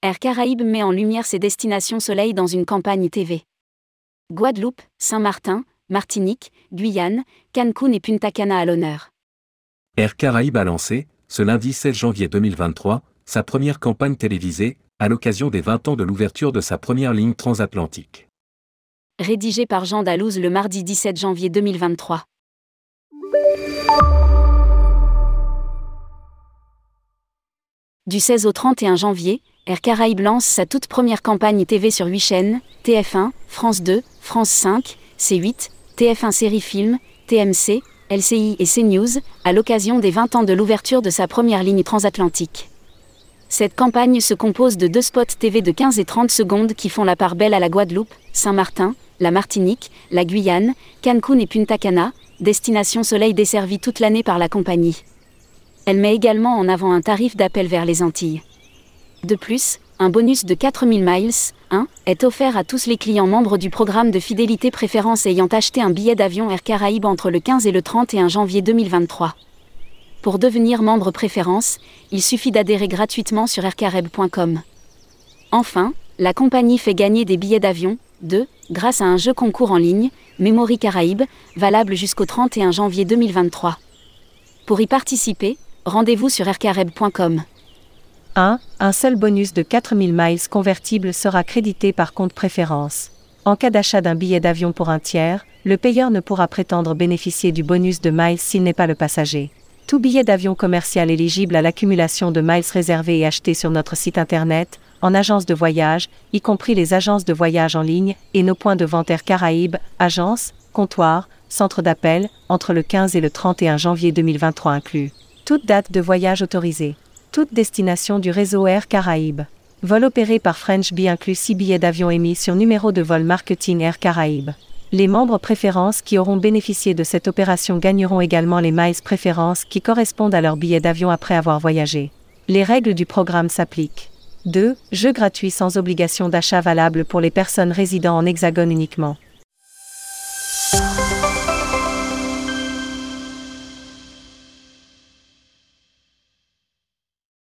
Air Caraïbes met en lumière ses destinations soleil dans une campagne TV. Guadeloupe, Saint-Martin, Martinique, Guyane, Cancun et Punta Cana à l'honneur. Air Caraïbes a lancé, ce lundi 16 janvier 2023, sa première campagne télévisée, à l'occasion des 20 ans de l'ouverture de sa première ligne transatlantique. Rédigé par Jean Dalouse le mardi 17 janvier 2023. Du 16 au 31 janvier, Air Caraïbes lance sa toute première campagne TV sur 8 chaînes, TF1, France 2, France 5, C8, TF1 Série Film, TMC, LCI et CNews, à l'occasion des 20 ans de l'ouverture de sa première ligne transatlantique. Cette campagne se compose de 2 spots TV de 15 et 30 secondes qui font la part belle à la Guadeloupe, Saint-Martin, la Martinique, la Guyane, Cancun et Punta Cana, destination soleil desservie toute l'année par la compagnie. Elle met également en avant un tarif d'appel vers les Antilles. De plus, un bonus de 4000 miles, est offert à tous les clients membres du programme de fidélité préférence ayant acheté un billet d'avion Air Caraïbes entre le 15 et le 31 janvier 2023. Pour devenir membre préférence, il suffit d'adhérer gratuitement sur aircaraibes.com. Enfin, la compagnie fait gagner des billets d'avion, grâce à un jeu concours en ligne, Memory Caraïbes, valable jusqu'au 31 janvier 2023. Pour y participer, rendez-vous sur aircaraibes.com. Un seul bonus de 4000 miles convertibles sera crédité par compte préférence. En cas d'achat d'un billet d'avion pour un tiers, le payeur ne pourra prétendre bénéficier du bonus de miles s'il n'est pas le passager. Tout billet d'avion commercial éligible à l'accumulation de miles réservé et acheté sur notre site internet, en agence de voyage, y compris les agences de voyage en ligne, et nos points de vente Air Caraïbes, agences, comptoirs, centres d'appel, entre le 15 et le 31 janvier 2023 inclus. Toute date de voyage autorisée. Toute destination du réseau Air Caraïbes. Vol opéré par French Bee inclut 6 billets d'avion émis sur numéro de vol marketing Air Caraïbes. Les membres préférences qui auront bénéficié de cette opération gagneront également les miles préférences qui correspondent à leur billet d'avion après avoir voyagé. Les règles du programme s'appliquent. 2. Jeux gratuits sans obligation d'achat valable pour les personnes résidant en Hexagone uniquement.